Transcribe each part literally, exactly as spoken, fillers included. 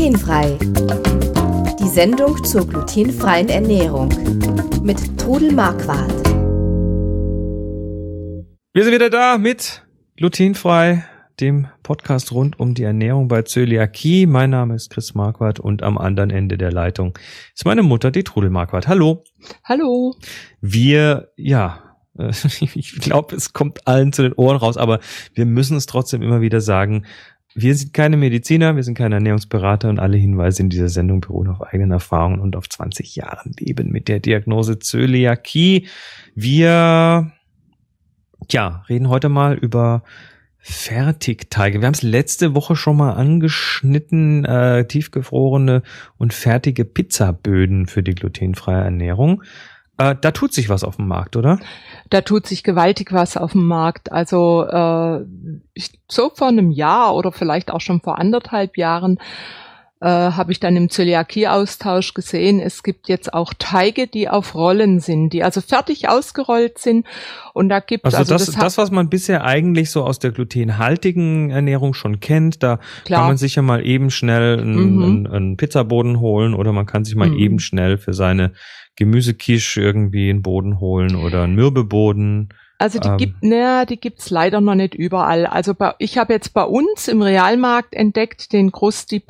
Glutenfrei. Die Sendung zur glutenfreien Ernährung mit Trudel Marquardt. Wir sind wieder da mit Glutenfrei, dem Podcast rund um die Ernährung bei Zöliakie. Mein Name ist Chris Marquardt und am anderen Ende der Leitung ist meine Mutter, die Trudel Marquardt. Hallo. Hallo. Wir, ja, ich glaube, es kommt allen zu den Ohren raus, aber wir müssen es trotzdem immer wieder sagen. Wir sind keine Mediziner, wir sind keine Ernährungsberater und alle Hinweise in dieser Sendung beruhen auf eigenen Erfahrungen und auf zwanzig Jahren Leben mit der Diagnose Zöliakie. Wir, ja, reden heute mal über Fertigteige. Wir haben es letzte Woche schon mal angeschnitten, äh, tiefgefrorene und fertige Pizzaböden für die glutenfreie Ernährung. Äh, da tut sich was auf dem Markt, oder? Da tut sich gewaltig was auf dem Markt. Also äh, ich, so vor einem Jahr oder vielleicht auch schon vor anderthalb Jahren äh, habe ich dann im Zöliakie-Austausch gesehen, es gibt jetzt auch Teige, die auf Rollen sind, die also fertig ausgerollt sind. Und da gibt also, also das, das, das, was man bisher eigentlich so aus der glutenhaltigen Ernährung schon kennt, da klar. Kann man sich ja mal eben schnell einen, mhm. einen, einen Pizzaboden holen oder man kann sich mal mhm. eben schnell für seine Gemüsequiche irgendwie einen Boden holen oder einen Mürbeboden. Also die ähm. gibt, naja, die gibt's leider noch nicht überall. Also bei, ich habe jetzt bei uns im Realmarkt entdeckt den Krusty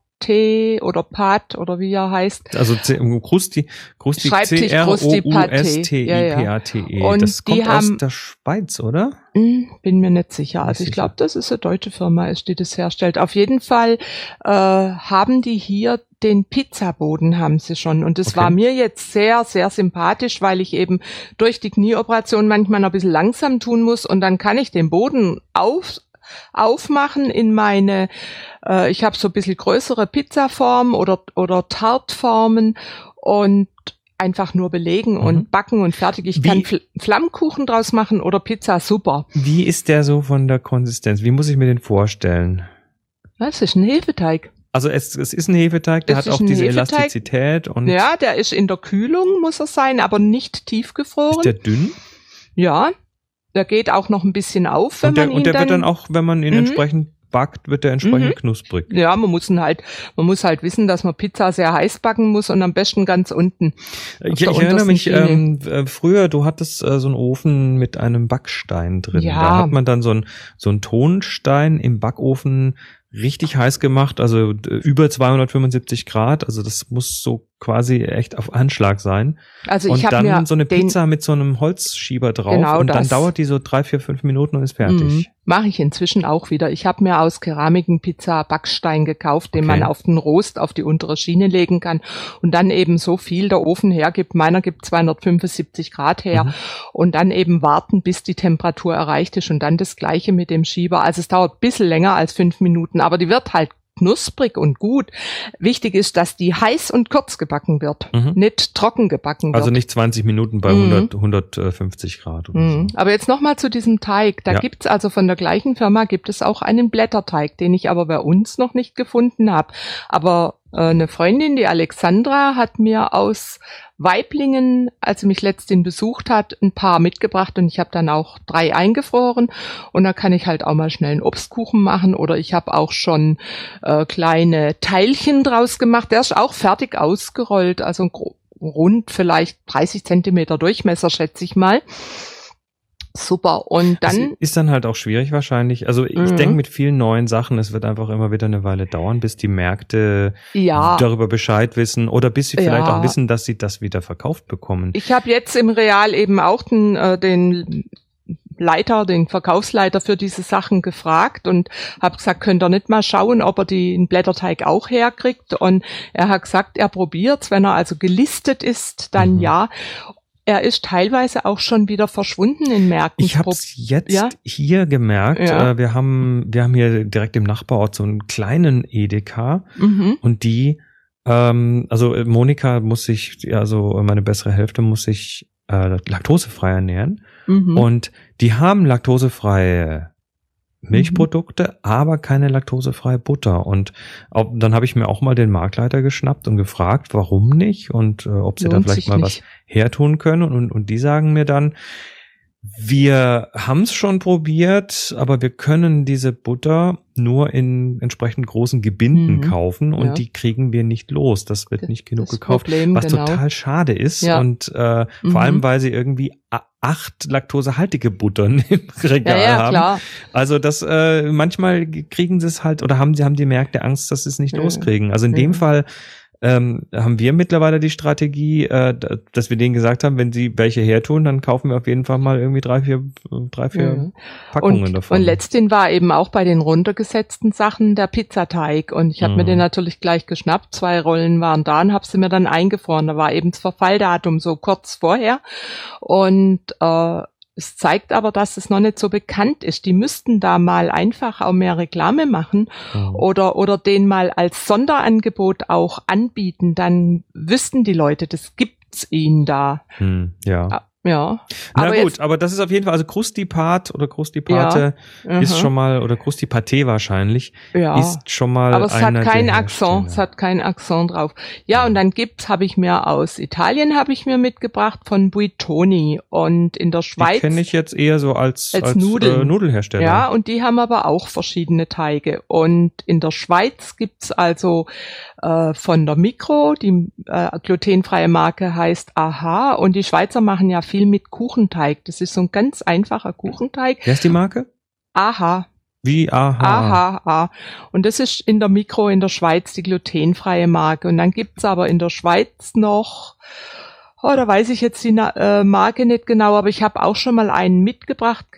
Pate oder Pat oder wie er heißt. Also Krusty, Krusty C R O U S T I P A T E. Und das kommt die haben, aus der Schweiz, oder? Bin mir nicht sicher. Also ich glaube, dass es eine deutsche Firma ist, die das herstellt. Auf jeden Fall äh, haben die hier den Pizzaboden haben sie schon. Und das okay. war mir jetzt sehr, sehr sympathisch, weil ich eben durch die Knieoperation manchmal noch ein bisschen langsam tun muss. Und dann kann ich den Boden auf, aufmachen in meine, äh, ich habe so ein bisschen größere Pizzaformen oder, oder Tartformen und einfach nur belegen und mhm. backen und fertig. Ich Wie? kann Fl- Flammkuchen draus machen oder Pizza, super. Wie ist der so von der Konsistenz? Wie muss ich mir den vorstellen? Das ist ein Hefeteig. Also es, es ist ein Hefeteig, der es hat auch diese Hefeteig. Elastizität. Und ja, der ist in der Kühlung, muss er sein, aber nicht tiefgefroren. Ist der dünn? Ja, der geht auch noch ein bisschen auf, wenn und der, man ihn Und der dann, wird dann auch, wenn man ihn mhm. entsprechend backt, wird der entsprechend mhm. knusprig. Ja, man muss ihn halt, man muss halt wissen, dass man Pizza sehr heiß backen muss und am besten ganz unten. Ich, ich erinnere mich, ähm, früher, du hattest äh, so einen Ofen mit einem Backstein drin. Ja. Da hat man dann so einen so einen Tonstein im Backofen richtig heiß gemacht, also über zweihundertfünfundsiebzig Grad, also das muss so quasi echt auf Anschlag sein. Also und ich habe dann mir so eine den, Pizza mit so einem Holzschieber drauf genau und dann das. dauert die so drei, vier, fünf Minuten und ist fertig. Mhm. Mache ich inzwischen auch wieder. Ich habe mir aus Keramiken Pizza Backstein gekauft, den okay. man auf den Rost, auf die untere Schiene legen kann und dann eben so viel der Ofen hergibt. Meiner gibt zweihundertfünfundsiebzig Grad her mhm. und dann eben warten, bis die Temperatur erreicht ist und dann das Gleiche mit dem Schieber. Also es dauert ein bisschen länger als fünf Minuten, aber die wird halt knusprig und gut. Wichtig ist, dass die heiß und kurz gebacken wird, mhm. nicht trocken gebacken wird. Also nicht zwanzig Minuten bei mhm. hundert, hundertfünfzig Grad oder mhm. so. Aber jetzt nochmal zu diesem Teig. Da ja. gibt's also von der gleichen Firma gibt es auch einen Blätterteig, den ich aber bei uns noch nicht gefunden habe. Aber äh, eine Freundin, die Alexandra, hat mir aus Waiblingen, als sie mich letztens besucht hat, ein paar mitgebracht und ich habe dann auch drei eingefroren und da kann ich halt auch mal schnell einen Obstkuchen machen oder ich habe auch schon äh, kleine Teilchen draus gemacht. Der ist auch fertig ausgerollt, also rund vielleicht dreißig Zentimeter Durchmesser, schätze ich mal. Super. Und dann das ist dann halt auch schwierig wahrscheinlich. Also ich mhm. denke mit vielen neuen Sachen, es wird einfach immer wieder eine Weile dauern, bis die Märkte ja. darüber Bescheid wissen oder bis sie vielleicht ja. auch wissen, dass sie das wieder verkauft bekommen. Ich habe jetzt im Real eben auch den, äh, den Leiter, den Verkaufsleiter für diese Sachen gefragt und habe gesagt, könnt ihr nicht mal schauen, ob er den Blätterteig auch herkriegt. Und er hat gesagt, er probiert's, wenn er also gelistet ist, dann mhm. ja. Er ist teilweise auch schon wieder verschwunden in Märkten. Ich habe es jetzt ja? hier gemerkt. Ja. Äh, wir haben wir haben hier direkt im Nachbarort so einen kleinen Edeka mhm. und die, ähm, also Monika muss sich, also meine bessere Hälfte muss sich äh, laktosefrei ernähren mhm. und die haben laktosefreie Milchprodukte, mhm. aber keine laktosefreie Butter. Und auch, dann habe ich mir auch mal den Marktleiter geschnappt und gefragt, warum nicht und äh, ob sie Lohnt da vielleicht mal nicht. was hertun können. Und, und die sagen mir dann, Wir haben es schon probiert, aber wir können diese Butter nur in entsprechend großen Gebinden mhm. kaufen und ja. die kriegen wir nicht los. Das wird nicht genug das gekauft, Problem, was genau. total schade ist. Ja. Und äh, mhm. vor allem, weil sie irgendwie acht laktosehaltige Buttern im Regal ja, ja, haben. Klar. Also das äh, manchmal kriegen sie es halt oder haben sie haben die Märkte Angst, dass sie es nicht ja. loskriegen. Also in ja. dem Fall Ähm, haben wir mittlerweile die Strategie, äh, dass wir denen gesagt haben, wenn sie welche hertun, dann kaufen wir auf jeden Fall mal irgendwie drei, vier, drei, vier ja. Packungen und, davon. Und letztendlich war eben auch bei den runtergesetzten Sachen der Pizzateig und ich habe mhm. mir den natürlich gleich geschnappt, zwei Rollen waren da und habe sie mir dann eingefroren. Da war eben das Verfalldatum so kurz vorher und äh, es zeigt aber, dass es noch nicht so bekannt ist. Die müssten da mal einfach auch mehr Reklame machen mhm. oder oder den mal als Sonderangebot auch anbieten. Dann wüssten die Leute, das gibt's ihnen da. Mhm, ja. Ja. Na aber gut, jetzt, aber das ist auf jeden Fall, also Krustipat oder Krustipate ja, ist schon mal, oder Krustipate wahrscheinlich, ja. ist schon mal aber es hat keinen Akzent, es hat keinen Akzent drauf. Ja, ja. Und dann gibt's, habe ich mir aus Italien, habe ich mir mitgebracht von Buitoni und in der Schweiz. Die kenne ich jetzt eher so als, als, als Nudeln. Äh, Nudelhersteller. Ja, und die haben aber auch verschiedene Teige. Und in der Schweiz gibt's also äh, von der Mikro, die äh, glutenfreie Marke heißt Aha und die Schweizer machen ja viel mit Kuchenteig. Das ist so ein ganz einfacher Kuchenteig. Wer ist die Marke? Aha. Wie Aha? Aha, aha. Und das ist in der Mikro in der Schweiz die glutenfreie Marke. Und dann gibt's aber in der Schweiz noch, oh, da weiß ich jetzt die äh, Marke nicht genau, aber ich habe auch schon mal einen mitgebracht,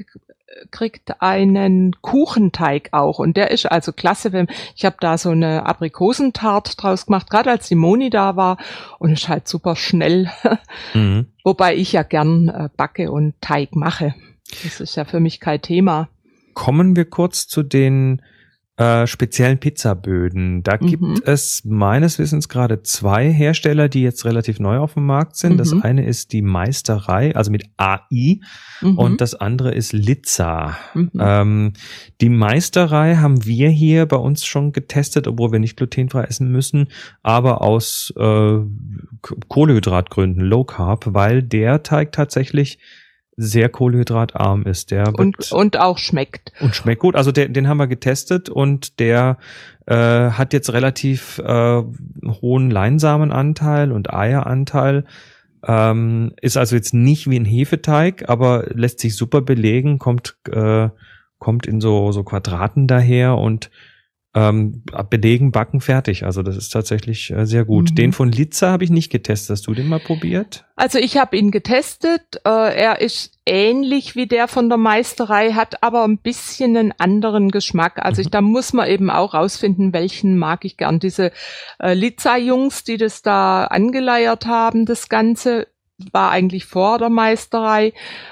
kriegt einen Kuchenteig auch und der ist also klasse, wenn ich habe da so eine Aprikosentart draus gemacht, gerade als die Moni da war und ist halt super schnell, mhm. wobei ich ja gern äh, backe und Teig mache. Das ist ja für mich kein Thema. Kommen wir kurz zu den äh, speziellen Pizzaböden. Da mhm. gibt es meines Wissens gerade zwei Hersteller, die jetzt relativ neu auf dem Markt sind. Mhm. Das eine ist die Meisterei, also mit A I, mhm. und das andere ist Lizza. Mhm. Ähm, die Meisterei haben wir hier bei uns schon getestet, obwohl wir nicht glutenfrei essen müssen, aber aus äh, Kohlehydratgründen, Low Carb, weil der Teig tatsächlich sehr kohlenhydratarm ist. Der und, und auch schmeckt. Und schmeckt gut. Also der, den haben wir getestet und der äh, hat jetzt relativ äh, hohen Leinsamenanteil und Eieranteil. Ähm, ist also jetzt nicht wie ein Hefeteig, aber lässt sich super belegen, kommt äh, kommt in so so Quadraten daher und ähm, belegen, backen, fertig. Also das ist tatsächlich äh, sehr gut. Mhm. Den von Lizza habe ich nicht getestet. Hast du den mal probiert? Also ich habe ihn getestet. Äh, er ist ähnlich wie der von der Meisterei, hat aber ein bisschen einen anderen Geschmack. Also ich, da muss man eben auch rausfinden, welchen mag ich gern. Diese äh, Lizza-Jungs, die das da angeleiert haben, das Ganze war eigentlich vor der Meisterei.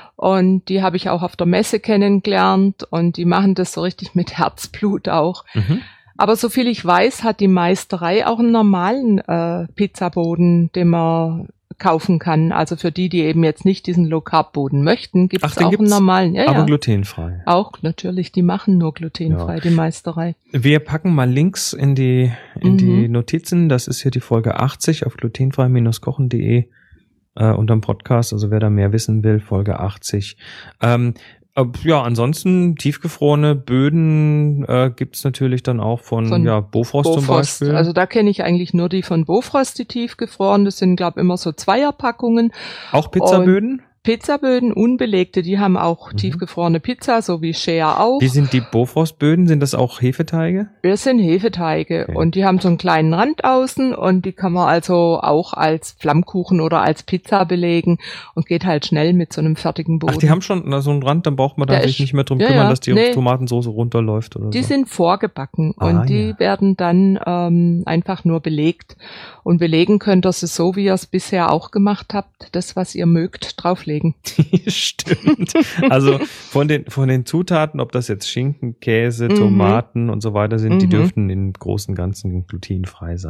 Und die habe ich auch auf der Messe kennengelernt und die machen das so richtig mit Herzblut auch. Mhm. Aber so viel ich weiß, hat die Meisterei auch einen normalen äh, Pizzaboden, den man kaufen kann. Also für die, die eben jetzt nicht diesen Low-Carb-Boden möchten, gibt es auch einen normalen. Ja, aber ja. glutenfrei. Auch natürlich, die machen nur glutenfrei, ja. Die Meisterei. Wir packen mal Links in die in mhm. die Notizen. Das ist hier die Folge achtzig auf glutenfrei Bindestrich kochen Punkt de. Äh, unterm Podcast, also wer da mehr wissen will, Folge achtzig. Ähm, äh, ja, ansonsten tiefgefrorene Böden äh, gibt's natürlich dann auch von, von ja Bofrost, Bofrost zum Beispiel. Also da kenne ich eigentlich nur die von Bofrost, die tiefgefroren. Das sind, glaube ich, immer so Zweierpackungen. Auch Pizzaböden? Pizzaböden, unbelegte, die haben auch mhm. tiefgefrorene Pizza, so wie Share auch. Wie sind die Bofrostböden? Sind das auch Hefeteige? Das sind Hefeteige okay. Und die haben so einen kleinen Rand außen und die kann man also auch als Flammkuchen oder als Pizza belegen und geht halt schnell mit so einem fertigen Boden. Ach, die haben schon so einen Rand, dann braucht man da sich nicht mehr drum ja, kümmern, ja. dass die nee. Tomatensauce runterläuft oder die so. Die sind vorgebacken ah, und die ja. werden dann ähm, einfach nur belegt. Und belegen könnt ihr sie so, wie ihr es bisher auch gemacht habt, das, was ihr mögt, drauflegen. Stimmt. Also von den von den Zutaten, ob das jetzt Schinken, Käse, Tomaten mhm. und so weiter sind, mhm. die dürften im Großen und Ganzen glutenfrei sein.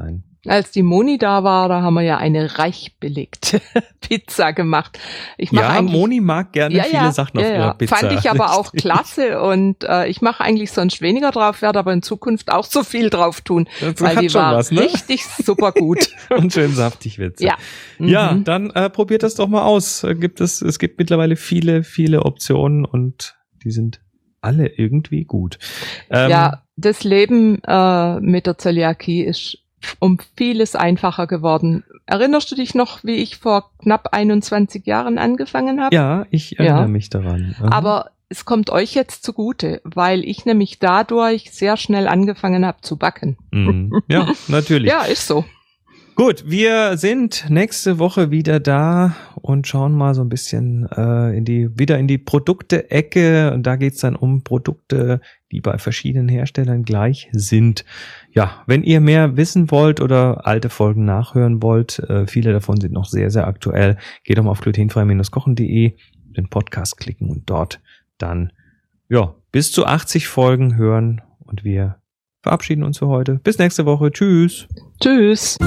Als die Moni da war, da haben wir ja eine reich belegte Pizza gemacht. Ich mach ja, Moni mag gerne ja, viele ja, Sachen auf ja, ihrer ja. Pizza. Fand ich aber auch klasse und äh, ich mache eigentlich sonst weniger drauf, werde aber in Zukunft auch so viel drauf tun, das weil hat die schon war was, ne? richtig super gut. Und schön saftig wird's. Ja. Mhm. Ja, dann äh, probiert das doch mal aus. Äh, Gibt es, es gibt mittlerweile viele, viele Optionen und die sind alle irgendwie gut. Ähm, Ja, das Leben äh, mit der Zöliakie ist um vieles einfacher geworden. Erinnerst du dich noch, wie ich vor knapp einundzwanzig Jahren angefangen habe? Ja, ich erinnere Ja. mich daran. Mhm. Aber es kommt euch jetzt zugute, weil ich nämlich dadurch sehr schnell angefangen habe zu backen. Mhm. Ja, natürlich. Ja, ist so. Gut, wir sind nächste Woche wieder da und schauen mal so ein bisschen äh, in die wieder in die Produkte-Ecke. Und da geht's dann um Produkte, die bei verschiedenen Herstellern gleich sind. Ja, wenn ihr mehr wissen wollt oder alte Folgen nachhören wollt, äh, viele davon sind noch sehr, sehr aktuell, geht doch mal auf glutenfrei Bindestrich kochen Punkt de, den Podcast klicken und dort dann ja bis zu achtzig Folgen hören. Und wir verabschieden uns für heute. Bis nächste Woche. Tschüss. Tschüss.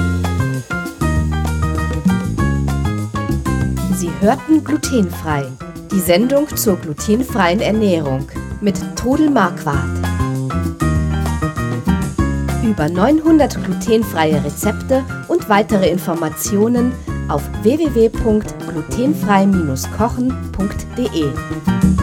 Sie hörten Glutenfrei, die Sendung zur glutenfreien Ernährung mit Todel Marquardt. Über neunhundert glutenfreie Rezepte und weitere Informationen auf w w w punkt glutenfrei Bindestrich kochen Punkt de.